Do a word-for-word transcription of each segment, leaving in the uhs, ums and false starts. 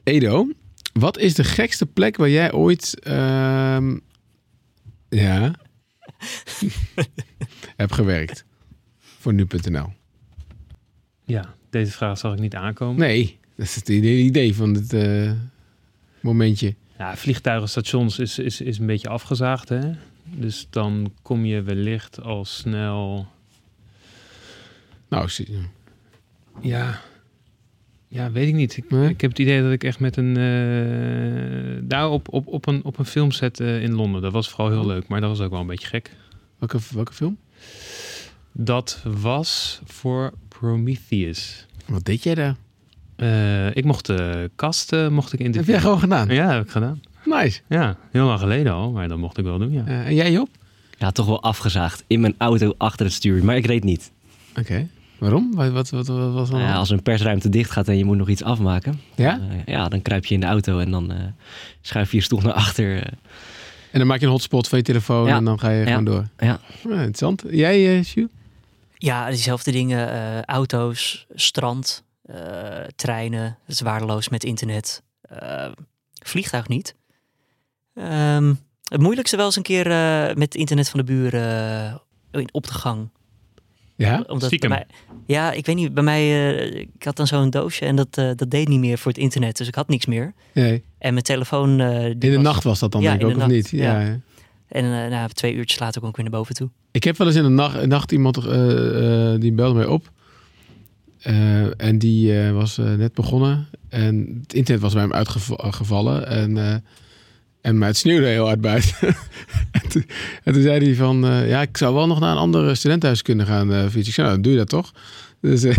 Edo, wat is de gekste plek waar jij ooit... Uh, ja... hebt gewerkt? Voor nu punt n l. Ja, deze vraag zag ik niet aankomen. Nee, dat is het idee van het uh, momentje. Ja, vliegtuigenstations is, is, is een beetje afgezaagd, hè? Dus dan kom je wellicht al snel... Nou, zie... ja... Ja, weet ik niet. Ik, nee? ik heb het idee dat ik echt met een... Uh, daar op, op, op, een, op een filmset uh, in Londen. Dat was vooral heel oh. leuk, maar dat was ook wel een beetje gek. Welke, welke film? Dat was voor Prometheus. Wat deed jij daar? Uh, ik mocht de kast uh, mocht ik interviewen. Heb jij gewoon gedaan? Ja, heb ik gedaan. Nice. Ja, heel lang geleden al, maar dat mocht ik wel doen, ja. Uh, en jij, Job? Ja, toch wel afgezaagd. In mijn auto achter het stuur, maar ik reed niet. Oké. Okay. Waarom? Wat, wat, wat, wat was dan? Ja, als een persruimte dicht gaat en je moet nog iets afmaken. Ja? Uh, ja, dan kruip je in de auto en dan uh, schuif je je stoel naar achter. Uh. En dan maak je een hotspot van je telefoon ja. en dan ga je ja. gewoon door. Ja. Ja, interessant. Jij, uh, Sjoe? Ja, diezelfde dingen. Uh, auto's, strand, uh, treinen. Het is waardeloos met internet. Uh, vliegtuig niet. Um, het moeilijkste wel eens een keer uh, met internet van de buren uh, op de gang. Ja? Omdat bij mij, ja, ik weet niet. Bij mij, uh, ik had dan zo'n doosje en dat, uh, dat deed niet meer voor het internet. Dus ik had niks meer. Nee. En mijn telefoon... Uh, in de was, nacht was dat dan ja, denk ik ook, of niet? Ja. ja. En uh, nou, twee uurtjes later kon ik weer naar boven toe. Ik heb wel eens in de nacht, nacht iemand, uh, uh, die belde mij op. Uh, en die uh, was uh, net begonnen. En het internet was bij hem uitgevallen. En... Uh, En maar het sneeuwde heel hard buiten. en, toen, en toen zei hij van... Uh, ja, ik zou wel nog naar een ander studentenhuis kunnen gaan uh, fietsen. Ik zei, nou, dan doe je dat toch? Dus uh,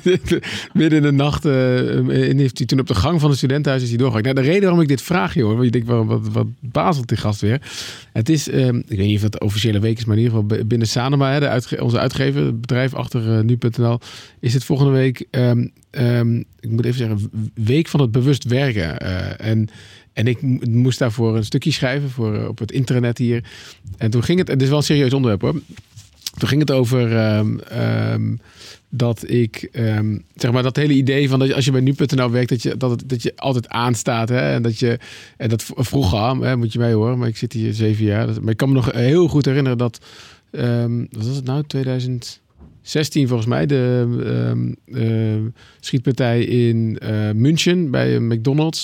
midden in de nacht uh, en heeft hij toen op de gang van het studentenhuis is hij doorgegaan. Nou, de reden waarom ik dit vraag, joh, want je denkt, wat, wat, wat bazelt die gast weer? Het is, um, ik weet niet of het de officiële week is, maar in ieder geval binnen Sanoma, hè, de uitge- onze uitgever, het bedrijf achter uh, nu punt n l, is het volgende week, um, um, ik moet even zeggen, week van het bewust werken. Uh, en En ik moest daarvoor een stukje schrijven voor, uh, op het intranet hier. En toen ging het, het is wel een serieus onderwerp hoor. Toen ging het over um, um, dat ik, um, zeg maar dat hele idee van dat je, als je bij nu punt n l werkt, dat je, dat, het, dat je altijd aanstaat. Hè? En dat je, en dat vroeger, hè, moet je mij horen, maar ik zit hier zeven jaar. Dat, maar ik kan me nog heel goed herinneren dat, um, wat was het nou, twintig zestien volgens mij, de um, uh, schietpartij in uh, München bij uh, McDonald's.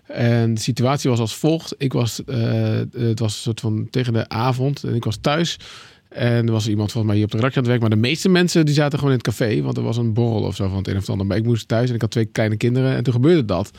En de situatie was als volgt. Ik was, uh, het was een soort van tegen de avond en ik was thuis. En er was iemand volgens mij hier op de redactie aan het werk. Maar de meeste mensen die zaten gewoon in het café. Want er was een borrel of zo van het een of het ander. Maar ik moest thuis en ik had twee kleine kinderen. En toen gebeurde dat.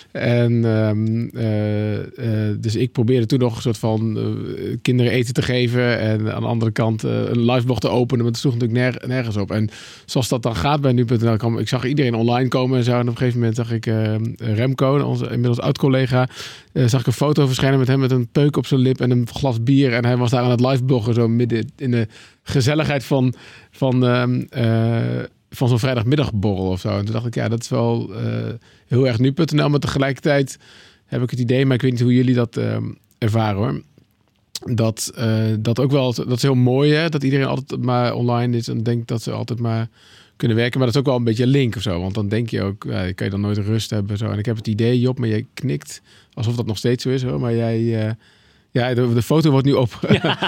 En um, uh, uh, dus ik probeerde toen nog een soort van uh, kinderen eten te geven. En aan de andere kant uh, een liveblog te openen. Maar het sloeg natuurlijk ner- nergens op. En zoals dat dan gaat bij nu punt n l. kwam, ik zag iedereen online komen en zo. En op een gegeven moment zag ik uh, Remco, onze inmiddels oud-collega. Uh, zag ik een foto verschijnen met hem met een peuk op zijn lip en een glas bier. En hij was daar aan het livebloggen zo midden in de gezelligheid van, van, um, uh, van zo'n vrijdagmiddagborrel of zo. En toen dacht ik, ja, dat is wel uh, heel erg nu punt n l. Maar tegelijkertijd heb ik het idee, maar ik weet niet hoe jullie dat uh, ervaren hoor. Dat, uh, dat ook wel, dat is heel mooi hè, dat iedereen altijd maar online is en denkt dat ze altijd maar kunnen werken. Maar dat is ook wel een beetje een link of zo. Want dan denk je ook, ja, kan je dan nooit rust hebben. Zo. En ik heb het idee, Job, maar jij knikt alsof dat nog steeds zo is hoor. Maar jij... Uh, Ja, de, de foto wordt nu op. Ja.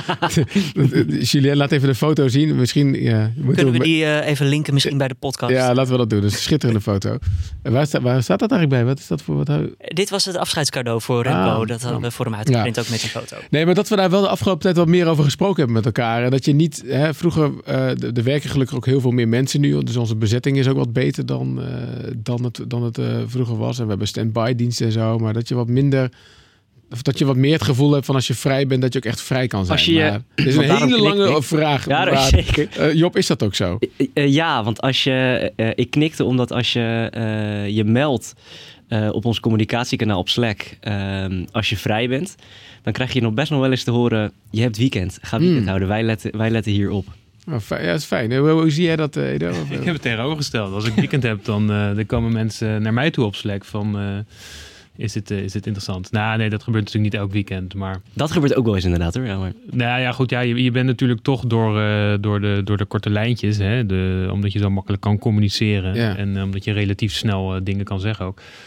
Julien, laat even de foto zien. Misschien, ja, kunnen we die uh, even linken misschien bij de podcast? Ja, laten we dat doen. Dat is een schitterende foto. En waar, sta, waar staat dat eigenlijk bij? Wat is dat voor? Wat... Dit was het afscheidscadeau voor Remco. Ah, dat hadden we voor hem uitgeprint, ja. Ook met een foto. Nee, maar dat we daar wel de afgelopen tijd wat meer over gesproken hebben met elkaar. En dat je niet... Hè, vroeger, uh, er werken gelukkig ook heel veel meer mensen nu. Dus onze bezetting is ook wat beter dan, uh, dan het, dan het uh, vroeger was. En we hebben stand-by diensten en zo. Maar dat je wat minder... Of dat je wat meer het gevoel hebt van als je vrij bent, dat je ook echt vrij kan zijn. Als je, maar het is een hele lange ik, vraag. Ja, dat is zeker. Uh, Job, is dat ook zo? Uh, uh, ja, want als je... Uh, ik knikte omdat als je uh, je meldt uh, op ons communicatiekanaal op Slack, uh, als je vrij bent, dan krijg je nog best nog wel eens te horen, je hebt weekend, ga weekend mm. houden. Wij letten, wij letten hier op. Oh, fijn. Ja, dat is fijn. Hoe, hoe zie jij dat, Edo? Ik heb het tegenovergesteld. Als ik weekend heb, dan, uh, dan komen mensen naar mij toe op Slack van... Uh, Is dit, uh, is dit interessant? Nou, nee, dat gebeurt natuurlijk niet elk weekend, maar... Dat gebeurt ook wel eens inderdaad, hoor. Ja, maar... Nou ja, goed, ja, je, je bent natuurlijk toch door, uh, door, de, door de korte lijntjes, hè, de, omdat je zo makkelijk kan communiceren. Ja. En uh, omdat je relatief snel uh, dingen kan zeggen ook.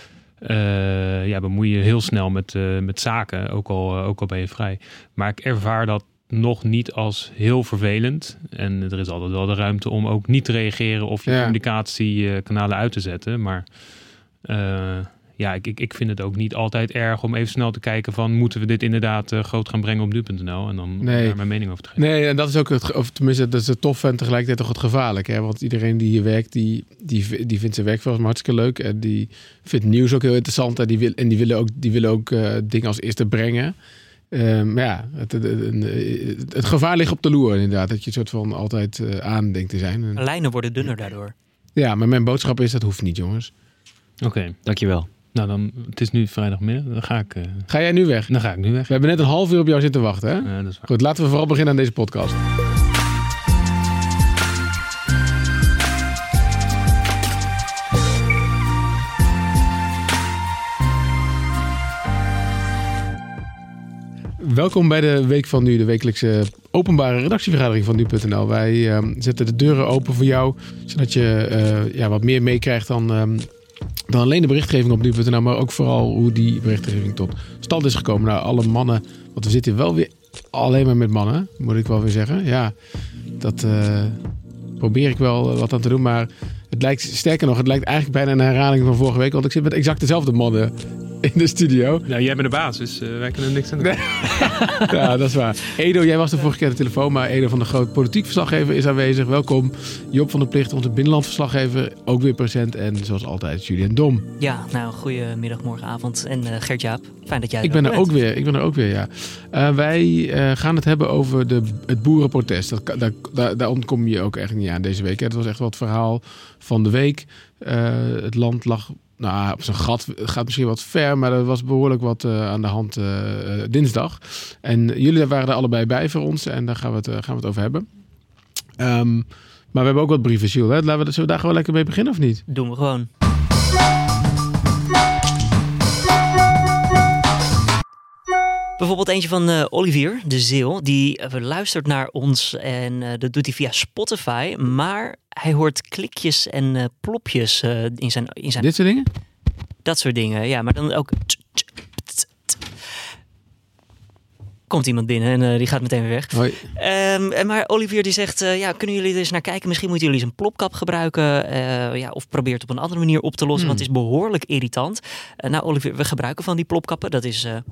uh, ja, bemoei je heel snel met, uh, met zaken, ook al, uh, ook al ben je vrij. Maar ik ervaar dat nog niet als heel vervelend. En er is altijd wel de ruimte om ook niet te reageren of je ja. communicatiekanalen uit te zetten. Maar uh, ja, ik, ik, ik vind het ook niet altijd erg om even snel te kijken van, moeten we dit inderdaad uh, groot gaan brengen op nu punt n l en dan nee. daar mijn mening over te geven. Nee, en dat is ook het, of tenminste, dat is het tof en tegelijkertijd toch het gevaarlijk. Hè? Want iedereen die hier werkt, die, die, die vindt zijn werk volgens mij hartstikke leuk. En die vindt nieuws ook heel interessant. En die, wil, en die willen ook, die willen ook uh, dingen als eerste brengen. Uh, maar ja, het, het, het, het gevaar ligt op de loer inderdaad. Dat je soort van altijd uh, aan denkt te zijn. En, lijnen worden dunner daardoor. Ja, maar mijn boodschap is, dat hoeft niet, jongens. Oké, okay. Dankjewel. Nou, dan, het is nu vrijdagmiddag. Dan ga ik... Uh... Ga jij nu weg? Dan ga ik nu weg. We hebben net een half uur op jou zitten wachten, hè? Uh, dat is waar. Goed, laten we vooral beginnen aan deze podcast. Welkom bij de Week van Nu, de wekelijkse openbare redactievergadering van nu punt n l. Wij uh, zetten de deuren open voor jou, zodat je uh, ja, wat meer meekrijgt dan, um, dan alleen de berichtgeving op nu punt n l, maar ook vooral hoe die berichtgeving tot stand is gekomen. Nou, alle mannen, want we zitten wel weer alleen maar met mannen, moet ik wel weer zeggen. Ja, dat uh, probeer ik wel wat aan te doen, maar het lijkt, sterker nog, het lijkt eigenlijk bijna een herhaling van vorige week, want ik zit met exact dezelfde mannen in de studio. Nou, jij bent de baas, dus uh, wij kunnen niks aan doen. Ja, dat is waar. Edo, jij was de vorige keer aan de telefoon, maar Edo van de Groot, politiek verslaggever, is aanwezig. Welkom. Job van der Plicht, onze binnenlandverslaggever, ook weer present. En zoals altijd, Julian Dom. Ja, nou, goedemiddag, morgenavond. En uh, Gert-Jaap, fijn dat jij er ik ben er bent. ook weer. Ik ben er ook weer, ja. Uh, wij uh, gaan het hebben over de, het boerenprotest. Dat, daar, daar, daar ontkom je ook echt niet aan deze week. Hè. Dat was echt wel het verhaal van de week. Uh, het land lag... Nou, op zijn gat gaat misschien wat ver, maar er was behoorlijk wat uh, aan de hand uh, dinsdag. En jullie waren er allebei bij voor ons en daar gaan we het, uh, gaan we het over hebben. Um, maar we hebben ook wat brieven, Jules. Hè? Laten we, zullen we daar gewoon lekker mee beginnen of niet? Doen we gewoon. Bijvoorbeeld eentje van uh, Olivier, de Zeeuw. Die uh, luistert naar ons en uh, dat doet hij via Spotify. Maar hij hoort klikjes en uh, plopjes uh, in, zijn, in zijn... Dit soort dingen? Dat soort dingen, ja. Maar dan ook... Komt iemand binnen en uh, die gaat meteen weer weg. Hoi. Um, maar Olivier die zegt, uh, ja, kunnen jullie er eens naar kijken? Misschien moeten jullie eens een plopkap gebruiken. Uh, ja, of probeer het op een andere manier op te lossen. Hmm. Want het is behoorlijk irritant. Uh, nou Olivier, we gebruiken van die plopkappen. Dat is... Uh,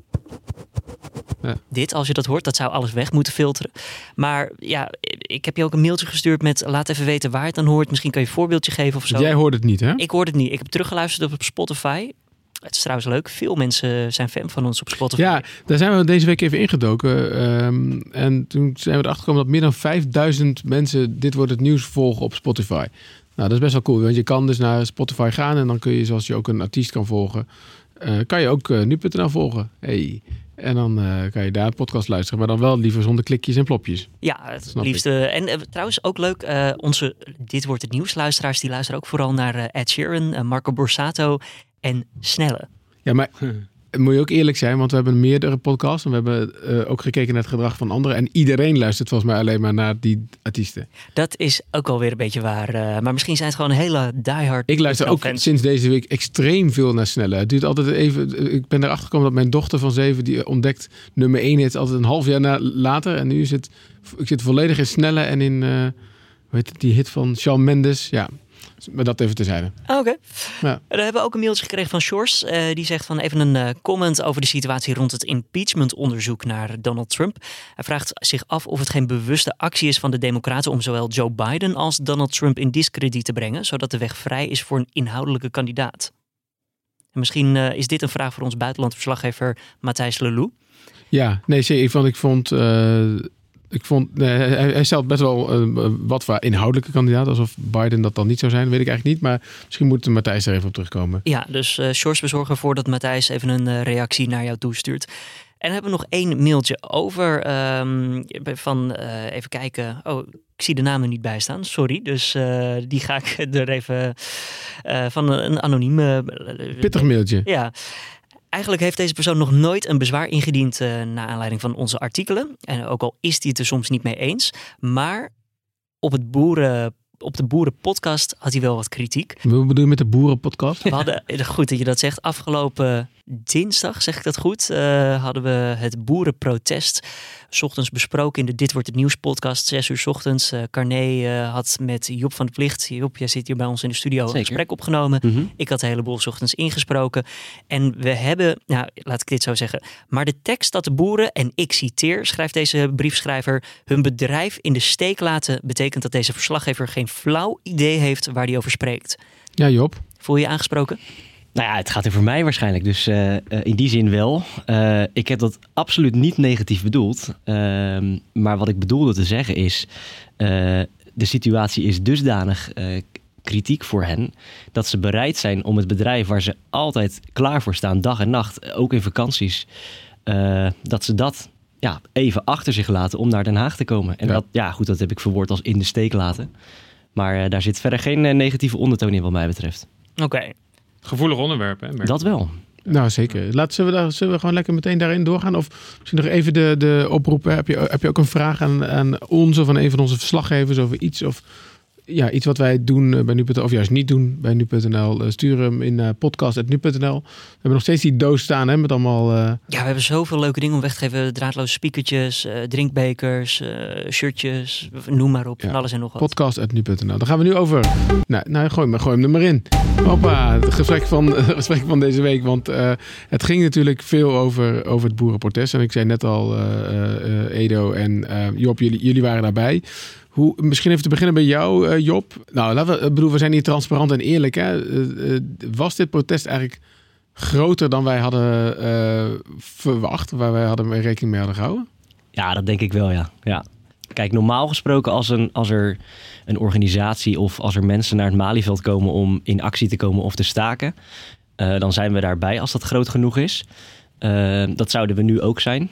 Ja. Dit, als je dat hoort, dat zou alles weg moeten filteren. Maar ja, ik heb je ook een mailtje gestuurd met laat even weten waar het dan hoort. Misschien kan je een voorbeeldje geven of zo. Jij hoort het niet, hè? Ik hoor het niet. Ik heb teruggeluisterd op Spotify. Het is trouwens leuk. Veel mensen zijn fan van ons op Spotify. Ja, daar zijn we deze week even ingedoken. Um, en toen zijn we erachter gekomen dat meer dan vijfduizend mensen Dit Wordt Het Nieuws volgen op Spotify. Nou, dat is best wel cool. Want je kan dus naar Spotify gaan en dan kun je, zoals je ook een artiest kan volgen, uh, kan je ook uh, nu punt n l volgen. Hey. En dan uh, kan je daar een podcast luisteren. Maar dan wel liever zonder klikjes en plopjes. Ja, het liefste. En uh, trouwens ook leuk. Uh, onze Dit Wordt Het Nieuws luisteraars. Die luisteren ook vooral naar uh, Ed Sheeran, uh, Marco Borsato en Snelle. Ja, maar moet je ook eerlijk zijn. Want we hebben meerdere podcasts. En we hebben uh, ook gekeken naar het gedrag van anderen. En iedereen luistert volgens mij alleen maar naar die artiesten. Dat is ook alweer een beetje waar. Uh, maar misschien zijn het gewoon hele diehard. Ik luister ook fans. Sinds deze week extreem veel naar Snelle. Het duurt altijd even. Ik ben erachter gekomen dat mijn dochter van zeven die ontdekt nummer één hit altijd een half jaar na, later. En nu is het. Ik zit volledig in Snelle en in. Uh, hoe heet het, die hit van Shawn Mendes. Ja. Maar dat even terzijde. Oké. Okay. Ja. We hebben ook een mailtje gekregen van Shores. Uh, die zegt van even een uh, comment over de situatie rond het impeachment-onderzoek naar Donald Trump. Hij vraagt zich af of het geen bewuste actie is van de Democraten om zowel Joe Biden als Donald Trump in discrediet te brengen, zodat de weg vrij is voor een inhoudelijke kandidaat. En misschien uh, is dit een vraag voor ons buitenlandverslaggever Matthijs Lelou. Ja, nee, zeker. Ik vond... Ik vond uh... Ik vond, nee, hij, hij stelt best wel uh, wat voor inhoudelijke kandidaat. Alsof Biden dat dan niet zou zijn, weet ik eigenlijk niet. Maar misschien moet Matthijs er even op terugkomen. Ja, dus uh, Sjors, we zorgen ervoor dat Matthijs even een uh, reactie naar jou toestuurt. En we hebben nog één mailtje over. Um, van, uh, even kijken. Oh, ik zie de naam er niet bij staan. Sorry. Dus uh, die ga ik er even uh, van een anonieme... Uh, Pittig mailtje. Ja. Eigenlijk heeft deze persoon nog nooit een bezwaar ingediend uh, naar aanleiding van onze artikelen. En ook al is hij het er soms niet mee eens. Maar op het boeren, op de Boerenpodcast had hij wel wat kritiek. Wat bedoel je met de Boerenpodcast? We hadden, goed dat je dat zegt, afgelopen dinsdag, zeg ik dat goed, uh, hadden we het boerenprotest 's ochtends besproken in de Dit Wordt Het Nieuws podcast, zes uur 's ochtends. Uh, Carné uh, had met Job van de Plicht, Job, jij zit hier bij ons in de studio, Zeker. een gesprek opgenomen. Mm-hmm. Ik had een heleboel 's ochtends ingesproken. En we hebben, nou laat ik dit zo zeggen, maar de tekst dat de boeren, en ik citeer, schrijft deze briefschrijver, hun bedrijf in de steek laten, betekent dat deze verslaggever geen flauw idee heeft waar hij over spreekt. Ja, Job. Voel je je aangesproken? Nou ja, het gaat er voor mij waarschijnlijk. Dus uh, uh, in die zin wel. Uh, ik heb dat absoluut niet negatief bedoeld. Uh, maar wat ik bedoelde te zeggen is, Uh, de situatie is dusdanig uh, kritiek voor hen, dat ze bereid zijn om het bedrijf waar ze altijd klaar voor staan, dag en nacht, ook in vakanties, Uh, dat ze dat ja, even achter zich laten om naar Den Haag te komen. En ja. dat, ja goed, dat heb ik verwoord als in de steek laten. Maar uh, daar zit verder geen uh, negatieve ondertoon in wat mij betreft. Oké. Okay. Gevoelig onderwerp, hè? Merk. Dat wel. Nou, zeker. Laten zullen we, daar, zullen we gewoon lekker meteen daarin doorgaan? Of misschien nog even de, de oproepen. Heb je, heb je ook een vraag aan, aan ons of aan een van onze verslaggevers over iets? Of ja, iets wat wij doen bij nu punt n l of juist niet doen bij nu punt n l. Stuur hem in uh, podcast punt nu punt n l. We hebben nog steeds die doos staan hè, met allemaal Uh... Ja, we hebben zoveel leuke dingen om weg te geven. Draadloze speakertjes, uh, drinkbekers, uh, shirtjes, noem maar op. Ja. Alles en nog wat. podcast punt nu punt n l. Dan gaan we nu over. Nou, nou gooi, maar, gooi hem er maar in. Hoppa, het gesprek van, het gesprek van deze week. Want uh, het ging natuurlijk veel over, over het boerenprotest. En ik zei net al, uh, uh, Edo en uh, Job, jullie, jullie waren daarbij. Hoe, misschien even te beginnen bij jou, uh, Job. Nou, laten we, bedoel, we zijn hier transparant en eerlijk. Hè? Uh, uh, was dit protest eigenlijk groter dan wij hadden uh, verwacht, waar wij hadden rekening mee hadden gehouden? Ja, dat denk ik wel, ja. ja. Kijk, normaal gesproken als, een, als er een organisatie of als er mensen naar het Malieveld komen om in actie te komen of te staken, uh, dan zijn we daarbij als dat groot genoeg is. Uh, dat zouden we nu ook zijn.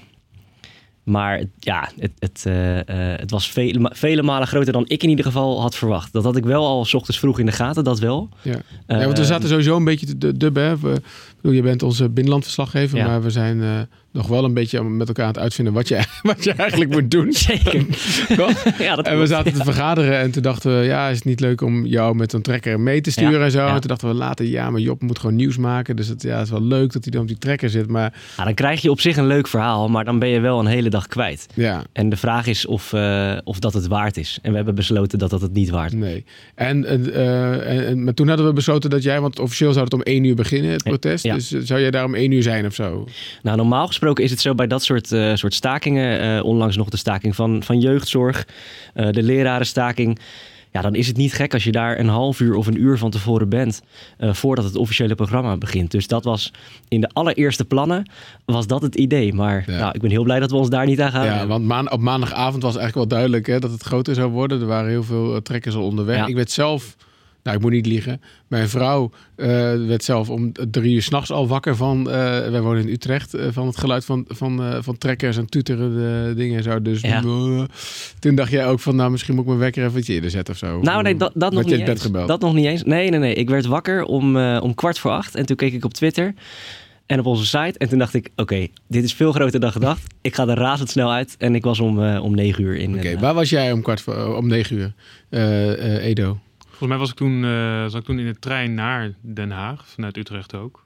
Maar ja, het, het, uh, uh, het was vele, vele malen groter dan ik in ieder geval had verwacht. Dat had ik wel al 's ochtends vroeg in de gaten, dat wel. Ja, uh, ja want we zaten sowieso een beetje te dubben. We, bedoel, je bent onze binnenlandverslaggever, ja. maar we zijn uh, nog wel een beetje met elkaar aan het uitvinden wat je, wat je eigenlijk moet doen. Zeker. ja, dat en we zaten te vergaderen en toen dachten we, ja, is het niet leuk om jou met een trekker mee te sturen ja, en zo. Ja. En toen dachten we later, ja, maar Job moet gewoon nieuws maken. Dus het, ja, het is wel leuk dat hij dan op die trekker zit. Maar ja, dan krijg je op zich een leuk verhaal, maar dan ben je wel een hele dag kwijt. Ja. En de vraag is of, uh, of dat het waard is. En we hebben besloten dat dat het niet waard is. Nee. En, uh, en, maar toen hadden we besloten dat jij, want officieel zou het om één uur beginnen, het protest. Ja. Dus zou jij daar om één uur zijn of zo? Nou, normaal gesproken is het zo bij dat soort, uh, soort stakingen. Uh, onlangs nog de staking van, van jeugdzorg, uh, de lerarenstaking. Ja, dan is het niet gek als je daar een half uur of een uur van tevoren bent Uh, voordat het officiële programma begint. Dus dat was in de allereerste plannen was dat het idee. Maar ja. nou, ik ben heel blij dat we ons daar niet aan gaan. Ja, want maan, op maandagavond was eigenlijk wel duidelijk hè, dat het groter zou worden. Er waren heel veel uh, trekkers al onderweg. Ja. Ik werd zelf, nou ik moet niet liegen, mijn vrouw uh, werd zelf om drie uur 's nachts al wakker van, uh, wij wonen in Utrecht, uh, van het geluid van, van, uh, van trekkers en toeterende dingen en zo. Dus ja. uh, toen dacht jij ook van, nou misschien moet ik mijn wekker even eerder zetten of zo. Nou nee, dat, dat nog niet eens. Gebeld? Dat nog niet eens. Nee, nee, nee. Ik werd wakker om, uh, om kwart voor acht en toen keek ik op Twitter en op onze site. En toen dacht ik, oké, okay, dit is veel groter dan gedacht. Ik ga er razendsnel uit en ik was om, uh, om negen uur in. Oké, okay, waar was jij om kwart voor, om negen uur, uh, uh, Edo? Volgens mij was ik toen, uh, zat ik toen in de trein naar Den Haag, vanuit Utrecht ook.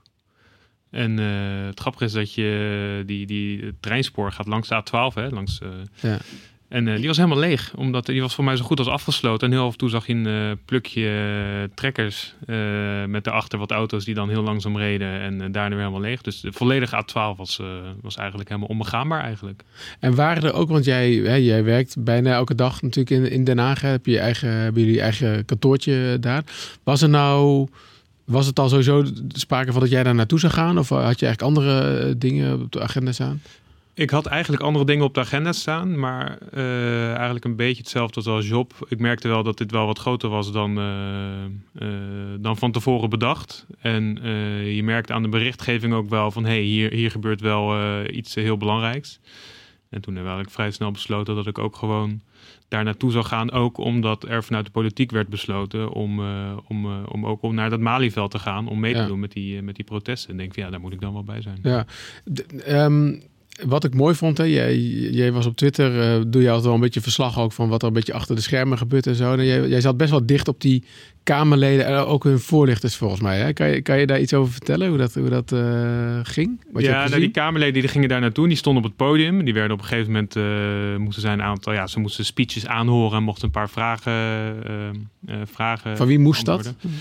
En uh, het grappige is dat je die, die het treinspoor gaat langs de A twaalf, hè, langs. Uh, ja. En uh, die was helemaal leeg, omdat die was voor mij zo goed als afgesloten. En heel af en toe zag je een uh, plukje uh, trekkers uh, met daarachter wat auto's die dan heel langzaam reden en uh, daarna weer helemaal leeg. Dus de volledige A twaalf was, uh, was eigenlijk helemaal onbegaanbaar eigenlijk. En waren er ook, want jij, hè, jij werkt bijna elke dag natuurlijk in, in Den Haag. Heb je je eigen, hebben jullie je eigen kantoortje daar? Was er nou, was het al sowieso sprake van dat jij daar naartoe zou gaan? Of had je eigenlijk andere dingen op de agenda staan? Ik had eigenlijk andere dingen op de agenda staan, maar uh, eigenlijk een beetje hetzelfde als Job. Ik merkte wel dat dit wel wat groter was dan, uh, uh, dan van tevoren bedacht. En uh, je merkte aan de berichtgeving ook wel van, hé, hey, hier, hier gebeurt wel uh, iets heel belangrijks. En toen hebben we eigenlijk vrij snel besloten dat ik ook gewoon daar naartoe zou gaan. Ook omdat er vanuit de politiek werd besloten om, uh, om, uh, om ook om naar dat Malieveld te gaan. Om mee te ja. doen met die, uh, met die protesten. En denk van ja, daar moet ik dan wel bij zijn. Ja, D- um... wat ik mooi vond, hè, jij, jij was op Twitter, uh, doe je altijd wel een beetje verslag ook van wat er een beetje achter de schermen gebeurt en zo. En jij, jij zat best wel dicht op die Kamerleden en ook hun voorlichters volgens mij. Hè? Kan, je, kan je daar iets over vertellen, hoe dat, hoe dat uh, ging? Wat ja, nou, die Kamerleden die gingen daar naartoe, die stonden op het podium. Die werden op een gegeven moment, uh, moesten zijn een aantal, ja, ze moesten speeches aanhoren en mochten een paar vragen, uh, uh, vragen van wie moest antwoorden. dat?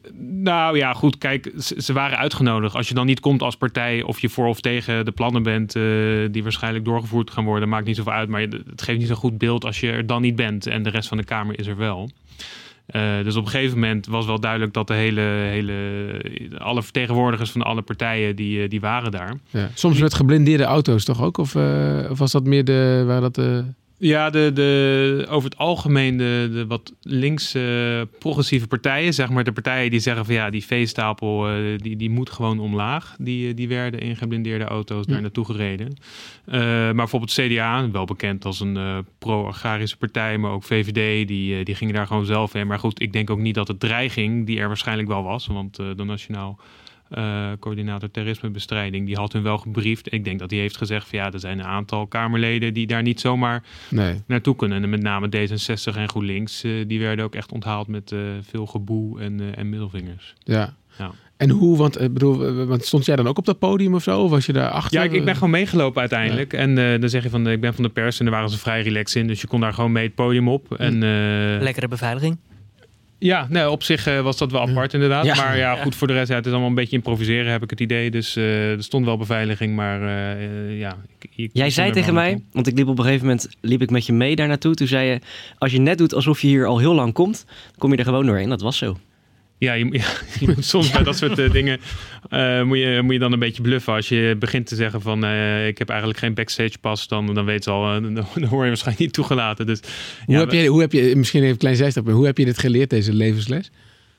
Nou ja, goed, kijk, ze, ze waren uitgenodigd. Als je dan niet komt als partij of je voor of tegen de plannen bent uh, die waarschijnlijk doorgevoerd gaan worden, maakt niet zoveel uit. Maar het geeft niet zo'n goed beeld als je er dan niet bent en de rest van de Kamer is er wel. Uh, dus op een gegeven moment was wel duidelijk dat de hele, hele alle vertegenwoordigers van alle partijen die, die waren daar. Ja. Soms met geblindeerde auto's toch ook? Of, uh, of was dat meer de, waar dat de... Ja, de, de, over het algemeen de, de wat links uh, progressieve partijen, zeg maar de partijen die zeggen van ja, die veestapel uh, die, die moet gewoon omlaag. Die, die werden in geblindeerde auto's ja. daar naartoe gereden. Uh, maar bijvoorbeeld C D A, wel bekend als een uh, pro-agrarische partij, maar ook V V D, die, uh, die gingen daar gewoon zelf heen. Maar goed, ik denk ook niet dat de dreiging, die er waarschijnlijk wel was, want uh, de Nationaal Uh, coördinator terrorismebestrijding, die had hun wel gebriefd. Ik denk dat hij heeft gezegd van ja, er zijn een aantal Kamerleden die daar niet zomaar nee. naartoe kunnen. En met name D zesenzestig en GroenLinks, uh, die werden ook echt onthaald met uh, veel geboe en, uh, en middelvingers. Ja. ja. En hoe, want, ik bedoel, want stond jij dan ook op dat podium of zo? Of was je daar achter? Ja, ik, ik ben gewoon meegelopen uiteindelijk. Ja. En uh, dan zeg je van, ik ben van de pers en daar waren ze vrij relaxed in. Dus je kon daar gewoon mee het podium op. En, uh, lekkere beveiliging. Ja, nee, op zich uh, was dat wel apart inderdaad. Ja. Maar ja, goed, voor de rest, ja, het is allemaal een beetje improviseren, heb ik het idee. Dus uh, er stond wel beveiliging, maar uh, ja. Ik, ik Jij zei tegen mij, naartoe. Want ik liep op een gegeven moment liep ik met je mee daar naartoe. Toen zei je, als je net doet alsof je hier al heel lang komt, kom je er gewoon doorheen. Dat was zo. Ja, je, ja, je moet soms bij dat soort uh, dingen uh, moet, je, moet je dan een beetje bluffen. Als je begint te zeggen van uh, ik heb eigenlijk geen backstage pas, dan, dan weet ze al, uh, dan, dan hoor je waarschijnlijk niet toegelaten. Dus, hoe, ja, heb je, hoe heb je, misschien even een klein zijstap, hoe heb je dit geleerd, deze levensles?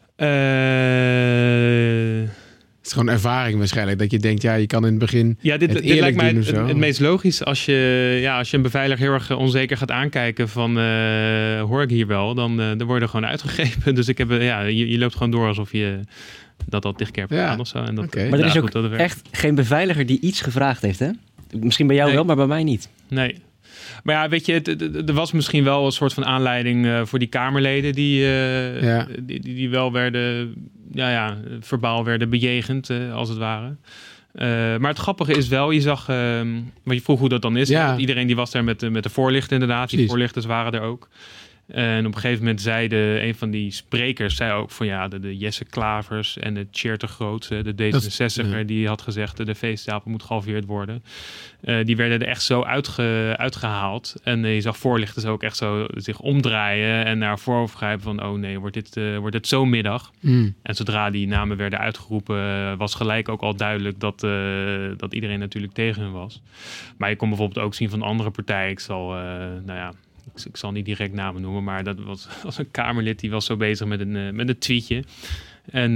Uh, Het is gewoon ervaring waarschijnlijk. Dat je denkt, ja, je kan in het begin ja, dit, het dit lijkt mij doen het, het meest logisch. Als je, ja, als je een beveiliger heel erg onzeker gaat aankijken van uh, hoor ik hier wel, dan, uh, dan word je gewoon uitgegrepen. Dus ik heb, ja, je, je loopt gewoon door alsof je dat al tig keer hebt gedaan ja. of zo. En dat, okay. Maar er is nou, ook goed, echt geen beveiliger die iets gevraagd heeft, hè? Misschien bij jou nee. wel, maar bij mij niet. Nee. Maar ja, weet je, er was misschien wel een soort van aanleiding uh, voor die Kamerleden die, uh, ja. die, die, die wel werden, ja, ja, verbaal werden bejegend, uh, als het ware. Uh, maar het grappige is wel, je zag, uh, wat je vroeg hoe dat dan is. Ja. Iedereen die was daar met, met de voorlichter inderdaad, Precies. Die voorlichters waren er ook. En op een gegeven moment zei de, een van die sprekers zei ook van ja, de, de Jesse Klavers en de Tjeerd de Groot, de D zesenzestig'er, ja. die had gezegd de veestapel moet gehalveerd worden. Uh, die werden er echt zo uitge, uitgehaald. En uh, je zag voorlichters ook echt zo zich omdraaien en naar voren grijpen van oh nee, wordt dit, uh, wordt dit zo middag? Mm. En zodra die namen werden uitgeroepen, uh, was gelijk ook al duidelijk dat, uh, dat iedereen natuurlijk tegen hen was. Maar je kon bijvoorbeeld ook zien van andere partijen, ik zal, uh, nou ja, Ik, ik zal niet direct namen noemen, maar dat was, was een Kamerlid die was zo bezig met een, uh, met een tweetje. En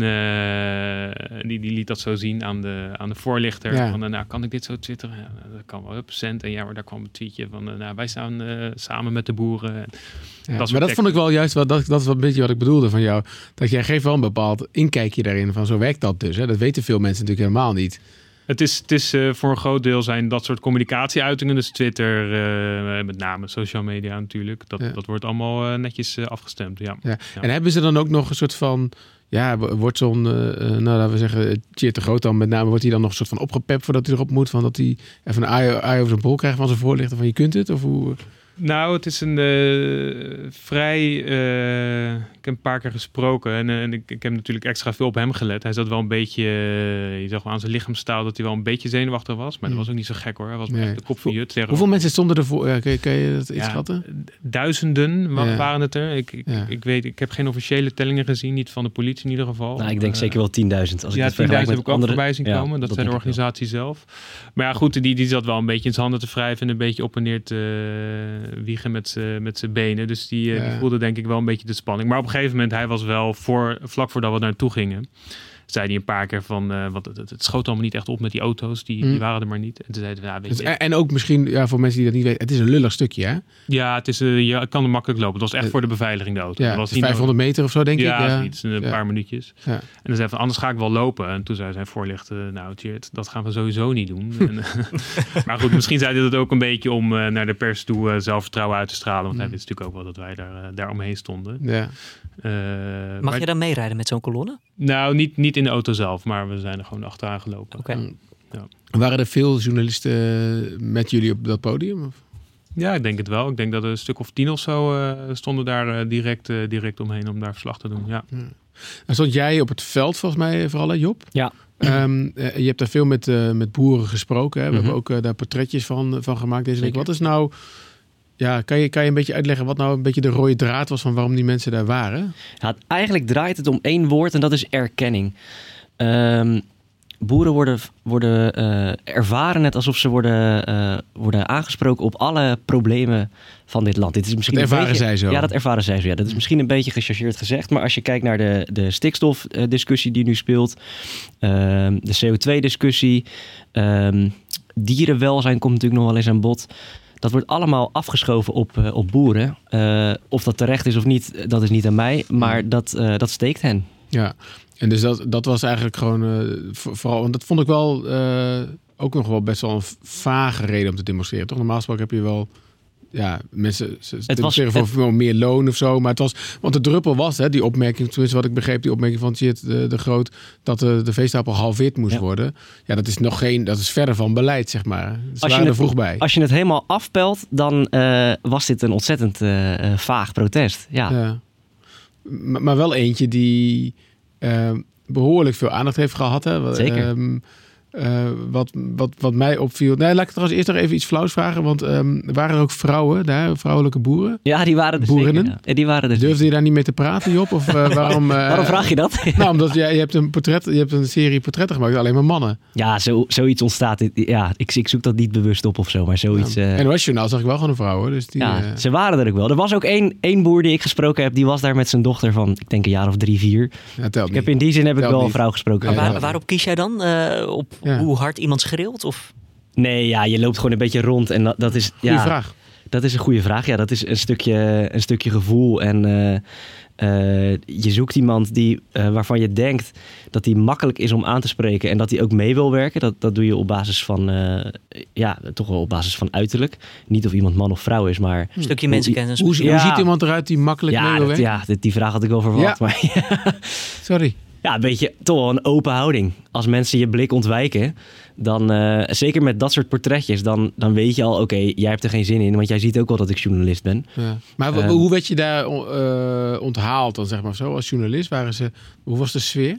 uh, die, die liet dat zo zien aan de, aan de voorlichter. Ja. Van, uh, nou, kan ik dit zo twitteren? Ja, dat kan wel, cent. En ja, maar daar kwam een tweetje van, uh, nou, wij staan uh, samen met de boeren. Ja, dat maar dat vond ik wel juist, wel, dat, dat is een beetje wat ik bedoelde van jou. Dat jij geeft wel een bepaald inkijkje daarin van zo werkt dat dus. Hè? Dat weten veel mensen natuurlijk helemaal niet. Het is, het is uh, voor een groot deel zijn dat soort communicatieuitingen, dus Twitter, uh, met name social media natuurlijk. Dat, ja. dat wordt allemaal uh, netjes uh, afgestemd. Ja. Ja. Ja. En hebben ze dan ook nog een soort van, ja, wordt zo'n, uh, nou laten we zeggen, Tjeerd de Groot dan met name, wordt hij dan nog een soort van opgepept voordat hij erop moet, van dat hij even een eye, eye over zijn bol krijgt van zijn voorlichter van je kunt het? Of hoe? Nou, het is een uh, vrij... Uh, ik heb een paar keer gesproken en, uh, en ik, ik heb natuurlijk extra veel op hem gelet. Hij zat wel een beetje... Uh, je zag wel aan zijn lichaamstaal dat hij wel een beetje zenuwachtig was. Maar mm. dat was ook niet zo gek hoor. Hij was nee. echt de kop van Jut. Hoeveel over. mensen stonden er voor? Ja, kan, je, kan je dat iets ja, schatten? Duizenden ja. waren het er. Ik, ik, ja. ik weet, ik heb geen officiële tellingen gezien. Niet van de politie in ieder geval. Nou, ik denk uh, zeker wel tienduizend. Als ja, ik tienduizend heb ik ook andere... voorbij zien komen. Ja, dat, dat zei de organisatie zelf. Maar ja, goed, die, die zat wel een beetje in zijn handen te wrijven en een beetje op en neer te uh, wiegen met met zijn benen. Dus die, ja. die voelde denk ik wel een beetje de spanning. Maar op een gegeven moment, hij was wel voor, vlak voordat we naartoe gingen. zei hij een paar keer van, uh, want het, het, het schoot allemaal niet echt op met die auto's, die, Mm. die waren er maar niet. En toen zeiden we, ja, weet Dus, je, en, en ook misschien, ja, voor mensen die dat niet weten, het is een lullig stukje, hè? ja, het is, uh, ja, het kan er makkelijk lopen. Het was echt Uh, voor de beveiliging de auto. Ja, het was het is vijfhonderd meter of zo, denk ja, ik. Ja, iets, een ja. paar minuutjes. Ja. En dan zei hij van, anders ga ik wel lopen. En toen zei zijn voorlichter, nou, Tjeerd, dat gaan we sowieso niet doen. en, maar goed, misschien zei hij dat ook een beetje om uh, naar de pers toe uh, zelfvertrouwen uit te stralen. Want Mm. hij wist natuurlijk ook wel dat wij daar, uh, daar omheen stonden. Ja. Uh, Mag maar, je dan meerijden met zo'n kolonne? Nou, niet, niet in de auto zelf, maar we zijn er gewoon achteraan gelopen. Oké. Mm. Ja. Waren er veel journalisten met jullie op dat podium? Of? Ja, ik denk het wel. Ik denk dat er een stuk of tien of zo uh, stonden daar uh, direct, uh, direct omheen om daar verslag te doen. Ja. Ja. En stond jij op het veld volgens mij vooral, hè, Job? Ja. Um, uh, je hebt daar veel met, uh, met boeren gesproken. Hè? We Mm-hmm. hebben ook uh, daar portretjes van, van gemaakt deze Zeker. week. Wat is nou... Ja, kan je, kan je een beetje uitleggen wat nou een beetje de rode draad was van waarom die mensen daar waren? Ja, eigenlijk draait het om één woord en dat is erkenning. Um, boeren worden, worden uh, ervaren net alsof ze worden, uh, worden aangesproken op alle problemen van dit land. Dit is misschien dat ervaren een beetje, zij zo? Ja, dat ervaren zij zo. Ja. Dat is misschien een beetje gechargeerd gezegd. Maar als je kijkt naar de, de stikstofdiscussie die nu speelt, um, de C O twee discussie, um, dierenwelzijn komt natuurlijk nog wel eens aan bod. Dat wordt allemaal afgeschoven op, uh, op boeren. Uh, of dat terecht is of niet, dat is niet aan mij. Maar dat, uh, dat steekt hen. Ja, en dus dat, dat was eigenlijk gewoon uh, vooral... Want dat vond ik wel uh, ook nog wel best wel een vage reden om te demonstreren. Toch? Normaal gesproken heb je wel... Ja, mensen ze demonstreren voor veel meer loon of zo. Maar het was... Want de druppel was, hè, die opmerking... Tenminste wat ik begreep, die opmerking van Tjeerd de, de Groot... dat de, de veestapel gehalveerd moest ja. worden. Ja, dat is nog geen... Dat is verder van beleid, zeg maar. Ze als waren je er vroeg bij. Als je het helemaal afpelt, dan uh, was dit een ontzettend uh, uh, vaag protest. Ja. ja. Maar, maar wel eentje die... Uh, behoorlijk veel aandacht heeft gehad. Hè. Zeker. Um, Uh, wat, wat, wat mij opviel... Nee, laat ik trouwens eerst nog even iets flauws vragen. Want um, waren er ook vrouwen daar? Vrouwelijke boeren? Ja, die waren er Boerinnen? zeker. Ja. Die waren er Durfde je daar niet mee te praten, Job? Of uh, waarom... Uh, waarom vraag je dat? Nou, omdat jij je hebt een portret... Je hebt een serie portretten gemaakt. Alleen maar mannen. Ja, zo, zoiets ontstaat. Ja, ik, ik zoek dat niet bewust op of zo. Maar zoiets... Ja. Uh... En was journaal zag ik wel gewoon een vrouw. Hè? Dus die, ja, uh... ze waren er ook wel. Er was ook één, één boer die ik gesproken heb. Die was daar met zijn dochter van, ik denk een jaar of drie, vier. Ja, telt Ik heb niet. in die zin heb ik Telt wel niet. een vrouw gesproken. Nee, Ja, Waar, waarop kies jij dan? Uh, op Ja. hoe hard iemand schreeuwt? Of... Nee, ja, je loopt gewoon een beetje rond. En dat, dat is... Goeie ja, vraag. Dat is een goede vraag. Ja, dat is een stukje, een stukje gevoel. En uh, uh, je zoekt iemand die, uh, waarvan je denkt dat die makkelijk is om aan te spreken. En dat die ook mee wil werken. Dat, dat doe je op basis van, uh, ja, toch wel op basis van uiterlijk. Niet of iemand man of vrouw is, maar... Een stukje mensenkennis. Hoe, hoe Ja. ziet iemand eruit die makkelijk mee Ja, wil dat, werken? ja die, die vraag had ik wel verwacht. Ja. Maar ja. Sorry. Ja, een beetje toch wel een open houding. Als mensen je blik ontwijken, dan uh, zeker met dat soort portretjes, dan, dan weet je al, oké, okay, jij hebt er geen zin in, want jij ziet ook wel dat ik journalist ben. Ja. Maar Um, hoe werd je daar uh, onthaald dan, zeg maar zo, als journalist? Waren ze, hoe was de sfeer?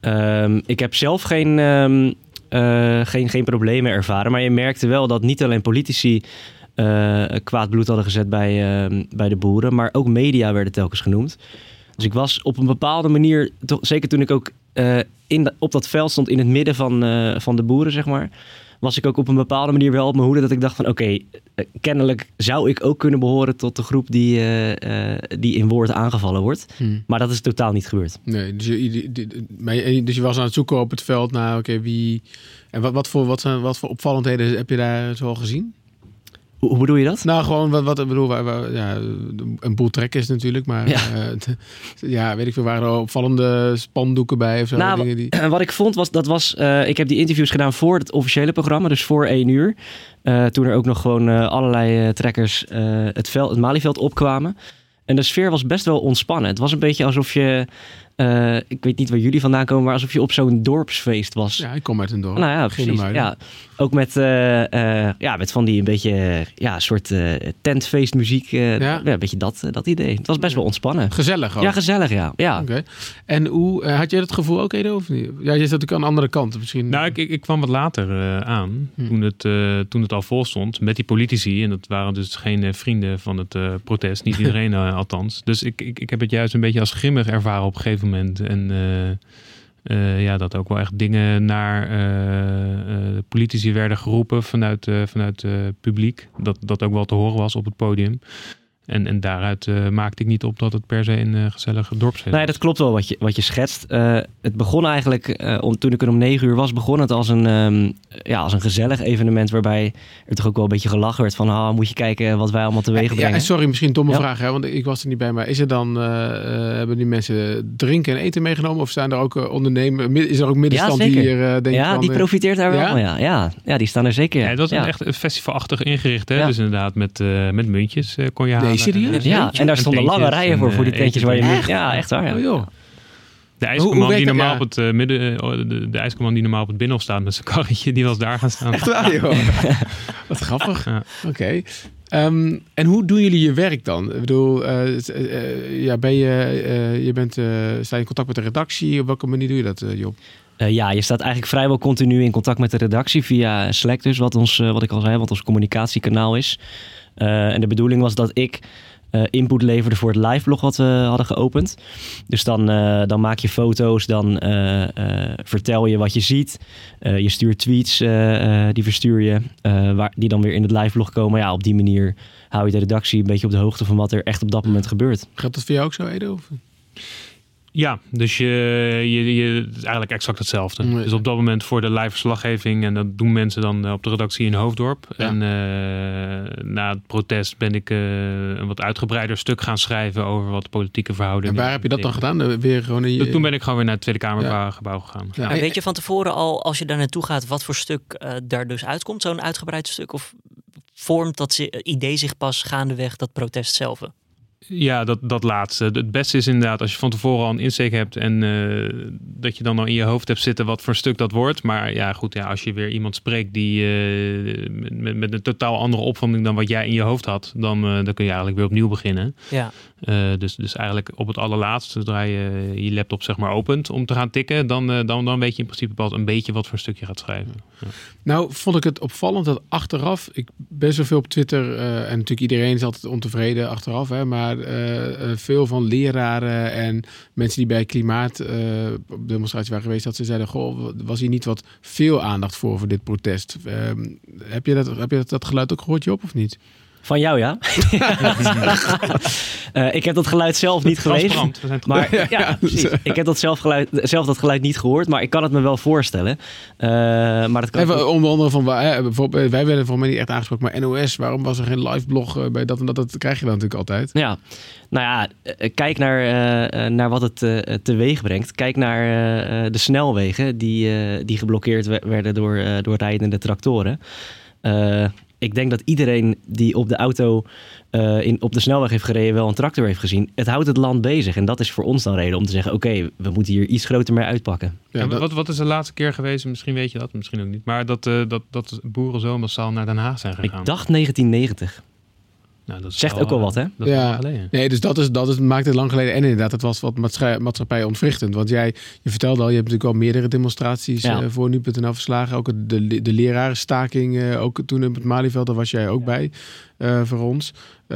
Um, ik heb zelf geen, um, uh, geen, geen problemen ervaren, maar je merkte wel dat niet alleen politici uh, kwaad bloed hadden gezet bij, uh, bij de boeren, maar ook media werden telkens genoemd. Dus ik was op een bepaalde manier, toch, zeker toen ik ook uh, in de, op dat veld stond in het midden van, uh, van de boeren, zeg maar, was ik ook op een bepaalde manier wel op mijn hoede dat ik dacht van oké, okay, uh, kennelijk zou ik ook kunnen behoren tot de groep die, uh, uh, die in woord aangevallen wordt. Hmm. Maar dat is totaal niet gebeurd. Nee, dus je, je, dus je was aan het zoeken op het veld naar oké, okay, wie... En wat, wat, voor, wat, zijn, wat voor opvallendheden heb je daar zo al gezien? Hoe, hoe bedoel je dat? Nou, gewoon wat, wat ik bedoel, waar, waar, ja, een boel trekkers natuurlijk, maar ja. Uh, t, ja, weet ik veel, waren er opvallende spandoeken bij of zo? Nou, dingen die... Wat ik vond was, dat was, uh, ik heb die interviews gedaan voor het officiële programma, dus voor één uur. Uh, toen er ook nog gewoon uh, allerlei uh, trekkers uh, het, veld, het Malieveld opkwamen. En de sfeer was best wel ontspannen. Het was een beetje alsof je, uh, ik weet niet waar jullie vandaan komen, maar alsof je op zo'n dorpsfeest was. Ja, ik kom uit een dorp. Nou ja, precies. Ja. Ook met, uh, uh, ja, met van die een beetje, ja, een soort uh, tentfeestmuziek. Uh, ja. ja, een beetje dat, uh, dat idee. Het was best wel ontspannen. Gezellig ook. Ja, gezellig, ja. ja. Oké. Okay. En hoe, uh, had jij dat gevoel ook, Edo, of niet? Ja, je zat natuurlijk aan de andere kant misschien. Nou, ik, ik, ik kwam wat later uh, aan, hm. toen, het, uh, toen het al vol stond, met die politici. En dat waren dus geen uh, vrienden van het uh, protest. Niet iedereen uh, althans. Dus ik, ik, ik heb het juist een beetje als grimmig ervaren op een gegeven moment. En... Uh, Uh, ja, dat ook wel echt dingen naar uh, uh, politici werden geroepen vanuit, uh, vanuit uh, publiek. Dat, dat ook wel te horen was op het podium. En, en daaruit uh, maakte ik niet op dat het per se een uh, gezellige dorpsfeest Nou ja, dat klopt wel wat je, wat je schetst. Uh, het begon eigenlijk, uh, om, toen ik er om negen uur was, begon het als een, um, ja, als een gezellig evenement waarbij er toch ook wel een beetje gelachen werd van, oh, moet je kijken wat wij allemaal teweeg brengen. Ja, sorry, misschien een domme ja. vraag, hè, want ik was er niet bij, maar is er dan, uh, uh, hebben die mensen drinken en eten meegenomen of zijn er ook uh, ondernemers, is er ook middenstand ja, die hier uh, denkt Ja, van, die profiteert daar wel ja? van, ja. Ja, ja, die staan er zeker. Ja, dat was ja. echt festivalachtig ingericht, hè? Ja. Dus inderdaad met, uh, met muntjes uh, kon je halen. Nee, serieus? Ja, en daar stonden lange rijen voor, voor die tentjes waar je nu... Ja, echt waar, ja. Oh, joh. De ijskomman hoe, hoe die normaal ja. op het uh, midden, de, de ijskomman die normaal op het binnenhof staat met zijn karretje, die was daar gaan staan. Echt waar, joh. Wat grappig. Ja. Oké. Okay. Um, en hoe doen jullie je werk dan? Ik bedoel, uh, uh, ja, ben je, uh, je bent, uh, sta je in contact met de redactie? Op welke manier doe je dat, uh, Job? Uh, ja, je staat eigenlijk vrijwel continu in contact met de redactie via Slack dus, wat, ons, uh, wat ik al zei, wat ons communicatiekanaal is. Uh, en de bedoeling was dat ik uh, input leverde voor het liveblog wat we hadden geopend. Dus dan, uh, dan maak je foto's, dan uh, uh, vertel je wat je ziet. Uh, je stuurt tweets, uh, uh, die verstuur je, uh, waar, die dan weer in het liveblog komen. Ja, op die manier hou je de redactie een beetje op de hoogte van wat er echt op dat moment gebeurt. Gaat dat voor jou ook zo, Edo? Of? Ja, dus je, je, je, het is eigenlijk exact hetzelfde. Nee. Dus op dat moment voor de live verslaggeving, en dat doen mensen dan op de redactie in Hoofddorp. Ja. En uh, na het protest ben ik uh, een wat uitgebreider stuk gaan schrijven over wat politieke verhoudingen. En waar heb je dat dan gedaan? Weer gewoon in je... Toen ben ik gewoon weer naar het Tweede Kamergebouw ja. gegaan. Ja. En weet je van tevoren al, als je daar naartoe gaat, wat voor stuk uh, daar dus uitkomt? Zo'n uitgebreid stuk? Of vormt dat idee zich pas gaandeweg dat protest zelf? Ja, dat, dat laatste. Het beste is inderdaad als je van tevoren al een insteek hebt en uh, dat je dan al in je hoofd hebt zitten wat voor stuk dat wordt. Maar ja, goed, ja, als je weer iemand spreekt die uh, met, met een totaal andere opvatting dan wat jij in je hoofd had, dan, uh, dan kun je eigenlijk weer opnieuw beginnen. Ja. Uh, dus, dus eigenlijk op het allerlaatste, zodra je je laptop zeg maar opent om te gaan tikken, dan, uh, dan, dan weet je in principe pas een beetje wat voor stuk je gaat schrijven. Ja. Nou, vond ik het opvallend dat achteraf, ik ben zoveel op Twitter uh, en natuurlijk iedereen is altijd ontevreden achteraf, hè, maar Uh, uh, veel van leraren en mensen die bij klimaat uh, op demonstratie waren geweest, dat ze zeiden, goh, was hier niet wat veel aandacht voor voor dit protest? Uh, heb je, dat, heb je dat, dat geluid ook gehoord, Job, of niet? Van jou, ja. uh, ik heb dat geluid zelf niet gelezen. Maar ja, ja, precies. Ik heb dat zelf, geluid, zelf dat geluid niet gehoord, maar ik kan het me wel voorstellen. Uh, maar dat kan Even onder andere van, hè, bijvoorbeeld, wij werden voor mij niet echt aangesproken, maar N O S, waarom was er geen live blog bij dat en dat? Dat krijg je dan natuurlijk altijd. Ja, nou ja, kijk naar, uh, naar wat het uh, teweeg brengt. Kijk naar uh, de snelwegen die, uh, die geblokkeerd werden door, uh, door rijdende tractoren. Uh, Ik denk dat iedereen die op de auto uh, in, op de snelweg heeft gereden wel een tractor heeft gezien. Het houdt het land bezig. En dat is voor ons dan reden om te zeggen, oké, okay, we moeten hier iets groter mee uitpakken. Ja, dat... wat, wat is de laatste keer geweest? Misschien weet je dat, misschien ook niet. Maar dat, uh, dat, dat boeren zo massaal naar Den Haag zijn gegaan. Ik dacht negentien negentig. Nou, dat zegt wel, ook wel wat, hè? Dat is ja. lang geleden. Nee, dus dat, is, dat is, maakt het lang geleden. En inderdaad, het was wat maatschappij ontwrichtend. Want jij, je vertelde al, je hebt natuurlijk al meerdere demonstraties ja. uh, voor nu punt n l verslagen. Ook de, de lerarenstaking, uh, ook toen op het Malieveld, daar was jij ook ja. bij uh, voor ons.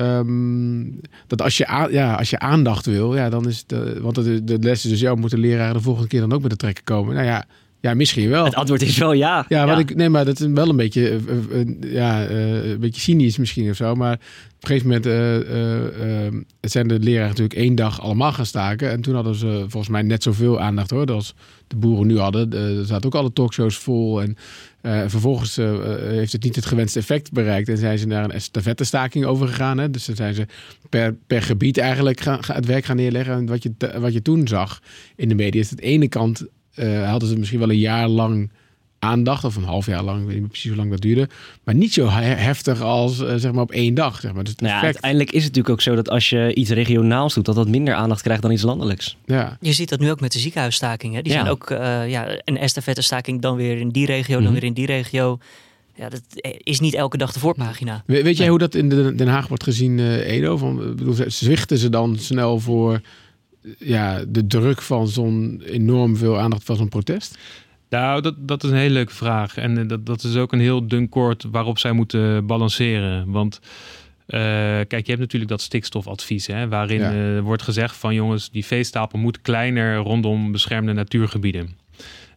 Um, dat als je, a- ja, als je aandacht wil, ja, dan is het... Uh, want de, de les is dus, ja, moeten leraren de volgende keer dan ook met de trekken komen? Nou ja... Ja, misschien wel. Het antwoord is wel ja. Ja, wat ja. ik, nee, maar dat is wel een beetje, uh, uh, ja, uh, een beetje cynisch misschien of zo. Maar op een gegeven moment uh, uh, uh, zijn de leraren natuurlijk één dag allemaal gaan staken. En toen hadden ze volgens mij net zoveel aandacht hoor, als de boeren nu hadden. Uh, er zaten ook alle talkshows vol. En uh, vervolgens uh, heeft het niet het gewenste effect bereikt. En zijn ze naar een estafettestaking overgegaan. Hè? Dus dan zijn ze per, per gebied eigenlijk gaan, gaan het werk gaan neerleggen. En wat je, wat je toen zag in de media is dat de ene kant... Uh, hadden ze misschien wel een jaar lang aandacht, of een half jaar lang, ik weet niet precies hoe lang dat duurde, maar niet zo heftig als uh, zeg maar op één dag. Zeg maar. Dus het nou ja, effect... uiteindelijk is het natuurlijk ook zo dat als je iets regionaals doet, dat dat minder aandacht krijgt dan iets landelijks. Ja. Je ziet dat nu ook met de ziekenhuisstakingen. Die ja. zijn ook uh, ja, een estafettestaking dan weer in die regio, mm-hmm. dan weer in die regio. Ja, dat is niet elke dag de voorpagina. We, weet jij hoe dat in de, Den Haag wordt gezien, uh, Edo? Van, bedoel, zwichten ze dan snel voor ja, de druk van zo'n enorm veel aandacht van zo'n protest? Nou, dat, dat is een hele leuke vraag. En dat, dat is ook een heel dun koord waarop zij moeten balanceren. Want uh, kijk, je hebt natuurlijk dat stikstofadvies, hè, waarin ja. uh, wordt gezegd van jongens, die veestapel moet kleiner rondom beschermde natuurgebieden.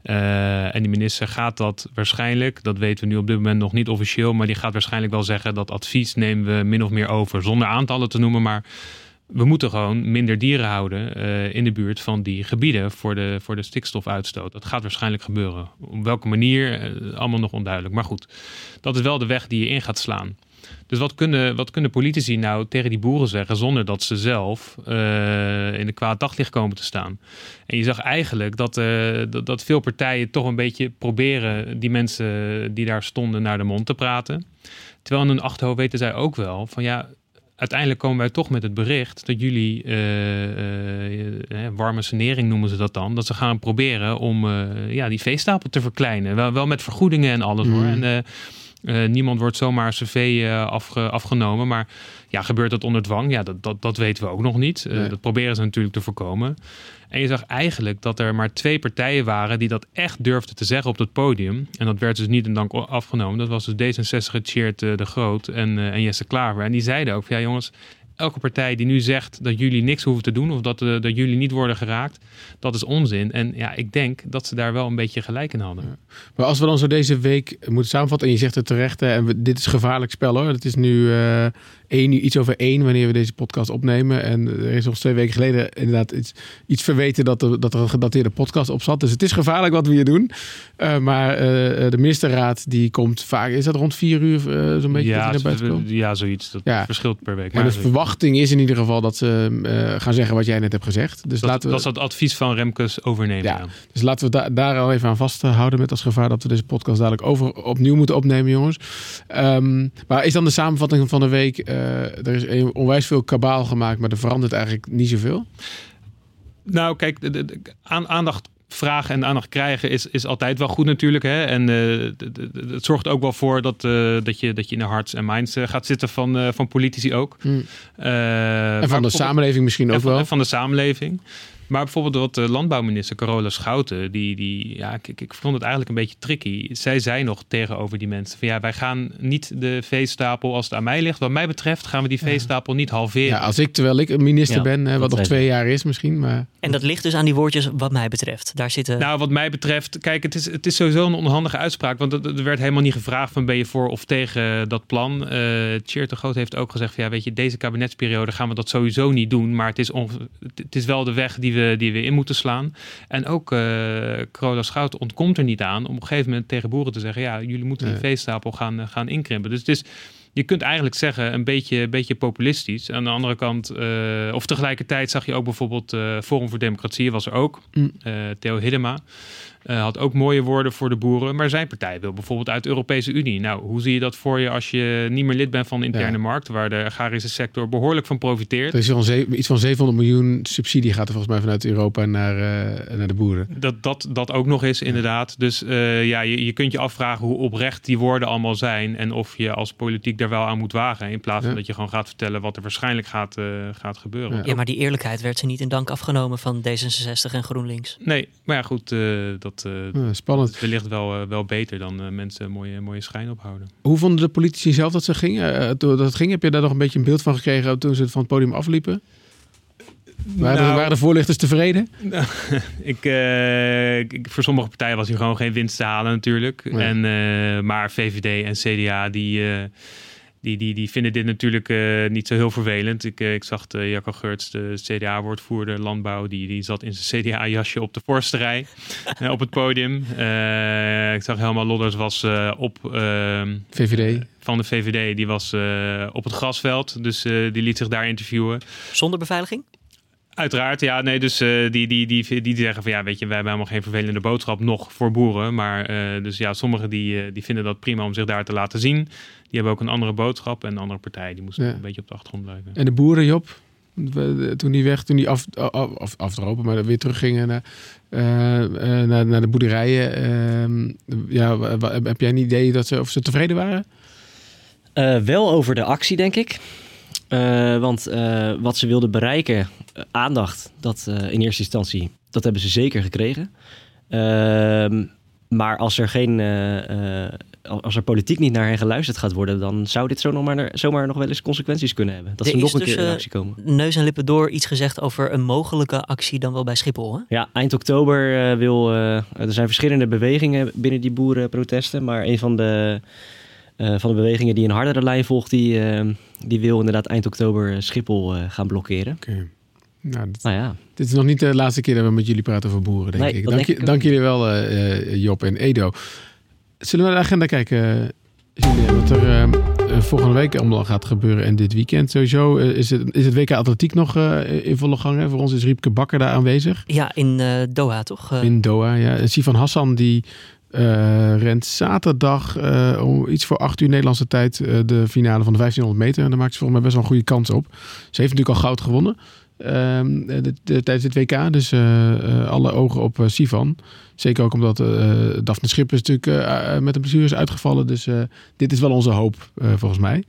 Uh, en die minister gaat dat waarschijnlijk, dat weten we nu op dit moment nog niet officieel, maar die gaat waarschijnlijk wel zeggen dat advies nemen we min of meer over, zonder aantallen te noemen, maar we moeten gewoon minder dieren houden uh, in de buurt van die gebieden voor de, voor de stikstofuitstoot. Dat gaat waarschijnlijk gebeuren. Op welke manier, uh, allemaal nog onduidelijk. Maar goed, dat is wel de weg die je in gaat slaan. Dus wat kunnen, wat kunnen politici nou tegen die boeren zeggen zonder dat ze zelf uh, in de kwaad daglicht komen te staan? En je zag eigenlijk dat, uh, dat, dat veel partijen toch een beetje proberen die mensen die daar stonden naar de mond te praten. Terwijl in hun achterhoofd weten zij ook wel van ja, uiteindelijk komen wij toch met het bericht dat jullie, uh, uh, uh, warme sanering noemen ze dat dan, dat ze gaan proberen om uh, ja, die veestapel te verkleinen. Wel, wel met vergoedingen en alles mm. hoor. En uh, uh, niemand wordt zomaar cv uh, afge, afgenomen, maar ja, gebeurt dat onder dwang? Ja, dat, dat, dat weten we ook nog niet. Uh, nee. Dat proberen ze natuurlijk te voorkomen. En je zag eigenlijk dat er maar twee partijen waren die dat echt durfden te zeggen op het podium. En dat werd dus niet in dank afgenomen. Dat was dus D zesenzestig, Tjeerd uh, de Groot en, uh, en Jesse Klaver. En die zeiden ook, ja jongens, elke partij die nu zegt dat jullie niks hoeven te doen of dat, uh, dat jullie niet worden geraakt, dat is onzin. En ja, ik denk dat ze daar wel een beetje gelijk in hadden. Ja. Maar als we dan zo deze week moeten samenvatten, en je zegt het terecht, hè, en we, dit is gevaarlijk spel hoor. Het is nu uh, één, iets over één wanneer we deze podcast opnemen. En er is nog twee weken geleden inderdaad iets, iets verweten dat er, dat er een gedateerde podcast op zat. Dus het is gevaarlijk wat we hier doen. Uh, maar uh, de ministerraad die komt vaak, is dat rond vier uur uh, zo'n beetje? Ja, dat naar buiten komt? Ja, zoiets. Dat ja. verschilt per week. Maar, maar de verwachting is in ieder geval dat ze uh, gaan zeggen wat jij net hebt gezegd. Dus dat, laten we, dat is het advies van Remkes overnemen. Ja, ja. Dus laten we da- daar al even aan vasthouden met als gevaar dat we deze podcast dadelijk over, opnieuw moeten opnemen, jongens. Um, maar is dan de samenvatting van de week, uh, er is een, onwijs veel kabaal gemaakt, maar er verandert eigenlijk niet zoveel? Nou, kijk, de, de, de, aan, aandacht vragen en aandacht krijgen is, is altijd wel goed natuurlijk. Hè? En uh, het zorgt ook wel voor dat, uh, dat, je, dat je in de hearts en minds uh, gaat zitten van, uh, van politici ook. Hmm. Uh, en van de samenleving misschien ook van, wel. Van de samenleving. Maar bijvoorbeeld wat de landbouwminister Carola Schouten, die, die ja, ik, ik vond het eigenlijk een beetje tricky. Zij zei nog tegenover die mensen van ja, wij gaan niet de veestapel als het aan mij ligt. Wat mij betreft gaan we die veestapel ja. niet halveren. Ja, als ik, terwijl ik een minister ja, ben, hè, wat nog twee jaar is misschien. Maar... En dat ligt dus aan die woordjes wat mij betreft. Daar zitten... Nou, wat mij betreft, kijk, het is, het is sowieso een onhandige uitspraak. Want er werd helemaal niet gevraagd van ben je voor of tegen dat plan. Uh, Tjeerd de Groot heeft ook gezegd van ja, weet je, deze kabinetsperiode gaan we dat sowieso niet doen. Maar het is, on, het is wel de weg die we, die we in moeten slaan. En ook uh, Carola Schouten ontkomt er niet aan om op een gegeven moment tegen boeren te zeggen ja, jullie moeten die veestapel gaan, uh, gaan inkrimpen. Dus het is, je kunt eigenlijk zeggen een beetje, een beetje populistisch. Aan de andere kant, uh, of tegelijkertijd zag je ook bijvoorbeeld uh, Forum voor Democratie was er ook. Mm. Uh, Theo Hiddema. Uh, had ook mooie woorden voor de boeren. Maar zijn partij wil bijvoorbeeld uit de Europese Unie. Nou, hoe zie je dat voor je als je niet meer lid bent van de interne ja. markt, waar de agrarische sector behoorlijk van profiteert? Er is al ze- iets van zevenhonderd miljoen subsidie gaat er volgens mij vanuit Europa naar, uh, naar de boeren. Dat, dat, dat ook nog eens, inderdaad. Dus uh, ja, je, je kunt je afvragen hoe oprecht die woorden allemaal zijn en of je als politiek daar wel aan moet wagen. In plaats van ja. dat je gewoon gaat vertellen wat er waarschijnlijk gaat, uh, gaat gebeuren. Ja. ja, maar die eerlijkheid werd ze niet in dank afgenomen van D zesenzestig en GroenLinks. Nee, maar ja goed, uh, dat Uh, ja, spannend. Het wellicht wel, uh, wel beter dan uh, mensen mooie, mooie schijn ophouden. Hoe vonden de politici zelf dat ze gingen? Uh, toen dat ging, heb je daar nog een beetje een beeld van gekregen toen ze van het podium afliepen? Waren, nou, de, waren de voorlichters tevreden? Nou, ik, uh, ik, voor sommige partijen was hier gewoon geen winst te halen natuurlijk. Nee. En, uh, maar V V D en C D A die... Uh, Die, die, die vinden dit natuurlijk uh, niet zo heel vervelend. Ik, uh, ik zag de Jacco Geurts, de C D A-woordvoerder landbouw, die, die zat in zijn C D A-jasje op de forsterij uh, op het podium. Uh, ik zag Helma Lodders was uh, op uh, V V D. Van de V V D, die was uh, op het grasveld. Dus uh, die liet zich daar interviewen. Zonder beveiliging? Uiteraard, ja. Nee, dus uh, die, die, die, die, die zeggen van ja, weet je, wij hebben helemaal geen vervelende boodschap nog voor boeren. Maar uh, dus ja, sommigen die, uh, die vinden dat prima om zich daar te laten zien. Die hebben ook een andere boodschap. En de andere partijen die moesten ja. een beetje op de achtergrond blijven. En de boeren, Job, toen die weg, toen die af, af, af, afdropen, maar weer teruggingen naar, uh, uh, naar, naar de boerderijen. Uh, ja, heb jij een idee dat ze, of ze tevreden waren? Uh, wel over de actie, denk ik. Uh, want uh, wat ze wilden bereiken, uh, aandacht, dat uh, in eerste instantie, dat hebben ze zeker gekregen. Uh, maar als er geen uh, uh, als er politiek niet naar hen geluisterd gaat worden, dan zou dit zo nog maar, zomaar nog wel eens consequenties kunnen hebben. Dat Er ze nog is een dus, keer in eh, actie komen. Neus en lippen door iets gezegd over een mogelijke actie dan wel bij Schiphol. Hè? Ja, eind oktober uh, wil... Uh, er zijn verschillende bewegingen binnen die boerenprotesten. Maar een van de, uh, van de bewegingen die een hardere lijn volgt, die, uh, die wil inderdaad eind oktober Schiphol uh, gaan blokkeren. Okay. Nou, dit, nou ja. dit is nog niet de laatste keer dat we met jullie praten over boeren, denk Nee, ik. dat Dank, denk je, ik dank jullie wel, uh, Job en Edo. Zullen we naar de agenda kijken, Julien? Wat er uh, volgende week allemaal gaat gebeuren en dit weekend sowieso. Uh, is, het, is het W K Atletiek nog uh, in volle gang? Hè? Voor ons is Riepke Bakker daar aanwezig. Ja, in uh, Doha toch? Uh... In Doha, ja. En Sivan Hassan die uh, rent zaterdag uh, om iets voor acht uur Nederlandse tijd uh, de finale van de vijftienhonderd meter. En daar maakt ze volgens mij best wel een goede kans op. Ze heeft natuurlijk al goud gewonnen. Um, de, de, tijdens het W K. Dus uh, uh, alle ogen op uh, Sivan. Zeker ook omdat uh, Daphne Schippers natuurlijk uh, met een blessure is uitgevallen. Dus uh, dit is wel onze hoop, uh, volgens mij.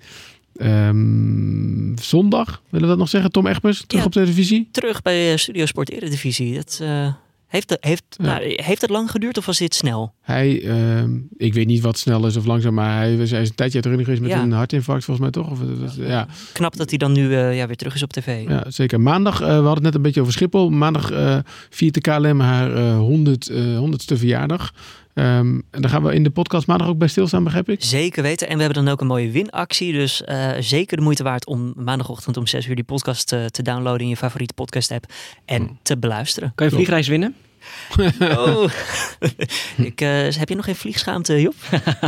Um, zondag, willen we dat nog zeggen? Tom Egbers, terug Ja, op televisie? Terug bij uh, Studio Sport Eredivisie. Dat, uh, heeft, heeft, Ja. nou, heeft het lang geduurd of was dit snel? Hij, uh, ik weet niet wat snel is of langzaam, maar hij, hij is een tijdje uit de running geweest met Ja. een hartinfarct volgens mij toch? Of, uh, ja. Knap dat hij dan nu uh, ja, weer terug is op tv. Ja, zeker. Maandag, uh, we hadden het net een beetje over Schiphol. Maandag uh, viert de K L M haar uh, honderd, uh, honderdste verjaardag. Um, en daar gaan we in de podcast maandag ook bij stilstaan, begrijp ik? Zeker weten. En we hebben dan ook een mooie winactie. Dus uh, zeker de moeite waard om maandagochtend om zes uur die podcast uh, te downloaden in je favoriete podcast app. En Hmm. te beluisteren. Kan je een vliegreis winnen? Oh. ik, uh, heb je nog geen vliegschaamte, Job?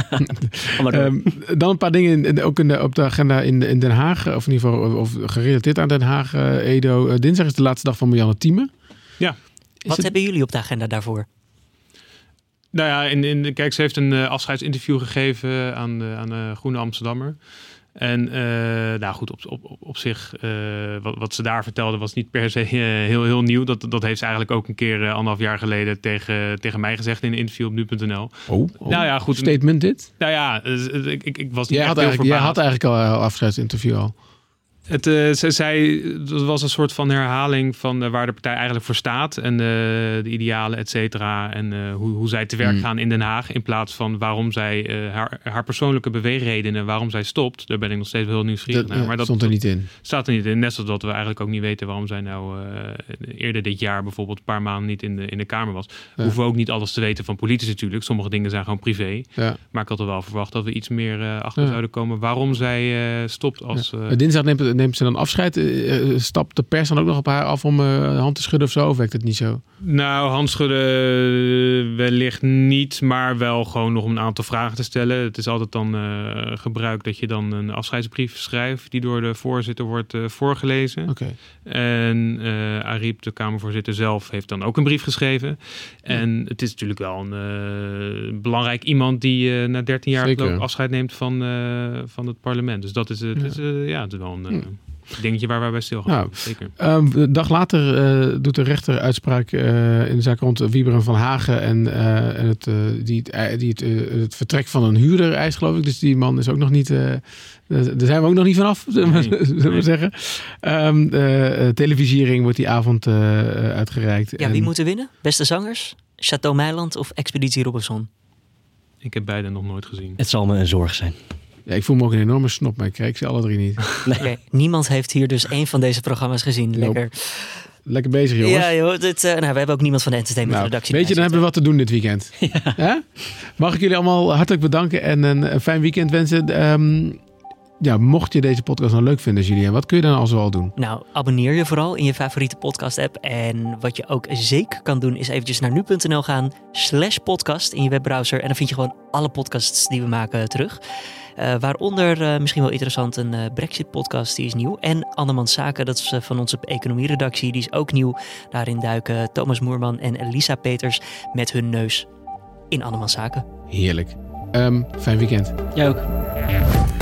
Um, dan een paar dingen in, ook in de, op de agenda in, in Den Haag. Of in ieder geval of gerelateerd aan Den Haag, uh, Edo. Uh, dinsdag is de laatste dag van Marianne Thieme. Ja. Is Wat het... hebben jullie op de agenda daarvoor? Nou ja, in, in, kijk, ze heeft een uh, afscheidsinterview gegeven aan de, aan de Groene Amsterdammer. En uh, nou goed, op, op, op zich, uh, wat, wat ze daar vertelde was niet per se uh, heel, heel nieuw. Dat, dat heeft ze eigenlijk ook een keer uh, anderhalf jaar geleden tegen, tegen mij gezegd in een interview op nu punt n l. Oh, oh. Nou ja, goed. Statement dit? Nou ja, uh, ik, ik, ik was niet Jij echt had, heel eigenlijk, jij verbaasd. had eigenlijk al een afscheidsinterview al. Het, uh, ze zei, dat was een soort van herhaling van uh, waar de partij eigenlijk voor staat. En uh, de idealen, et cetera. En uh, hoe, hoe zij te werk Hmm. gaan in Den Haag. In plaats van waarom zij, uh, haar, haar persoonlijke beweegredenen, waarom zij stopt. Daar ben ik nog steeds wel heel nieuwsgierig Dat naar. uh, Maar dat stond er niet in. staat er niet in. Net zoals dat we eigenlijk ook niet weten waarom zij nou uh, eerder dit jaar bijvoorbeeld een paar maanden niet in de, in de Kamer was. We Ja. hoeven ook niet alles te weten van politici natuurlijk. Sommige dingen zijn gewoon privé. Ja. Maar ik had er wel verwacht dat we iets meer uh, achter Ja. zouden komen waarom zij uh, stopt als... Ja. Uh, Dinsdag neemt, neemt ze dan afscheid. Uh, stapt de pers dan ook nog op haar af om uh, de hand te schudden of zo? Of werkt het niet zo? Nou, handschudden wellicht niet, maar wel gewoon nog om een aantal vragen te stellen. Het is altijd dan uh, gebruik dat je dan een afscheidsbrief schrijft die door de voorzitter wordt uh, voorgelezen. Oké. Okay. En uh, Ariep, de Kamervoorzitter zelf, heeft dan ook een brief geschreven. Ja. En het is natuurlijk wel een uh, belangrijk iemand die uh, na dertien jaar geloof, afscheid neemt van, uh, van het parlement. Dus dat is, uh, ja. Het is, uh, ja, het is wel een... Uh, dingetje waar wij bij stil gaan. Nou, zeker. Um, een dag later uh, doet de rechter uitspraak uh, in de zaak rond Wieber en Van Hagen en, uh, en het, uh, die, het, die het, uh, het vertrek van een huurder eist, geloof ik. Dus die man is ook nog niet... Uh, daar zijn we ook nog niet vanaf, zullen we, nee, zullen we nee. zeggen. Um, uh, televisiering wordt die avond uh, uitgereikt. Ja, en... wie moet er winnen? Beste zangers? Chateau Meiland of Expeditie Robinson? Ik heb beide nog nooit gezien. Het zal me een zorg zijn. Ja, ik voel me ook een enorme snop, maar ik krijg ze alle drie niet. Nee. Okay, niemand heeft hier dus één van deze programma's gezien. Lekker, nope. Lekker bezig, jongens. Ja, joh. Dit, uh, nou, we hebben ook niemand van de entertainment-redactie. Nou, weet je, dan hebben we wat te doen dit weekend. Ja. Ja? Mag ik jullie allemaal hartelijk bedanken en een, een fijn weekend wensen. Um, ja, mocht je deze podcast nou leuk vinden, Julien, wat kun je dan al zoal doen? Nou, abonneer je vooral in je favoriete podcast-app. En wat je ook zeker kan doen, is eventjes naar nu punt n l gaan, slash podcast in je webbrowser. En dan vind je gewoon alle podcasts die we maken terug. Uh, waaronder uh, misschien wel interessant een uh, Brexit-podcast, die is nieuw. En Andermans Zaken, dat is uh, van onze economieredactie, die is ook nieuw. Daarin duiken Thomas Moerman en Lisa Peters met hun neus in Andermans Zaken. Heerlijk. Um, fijn weekend. Jij ook.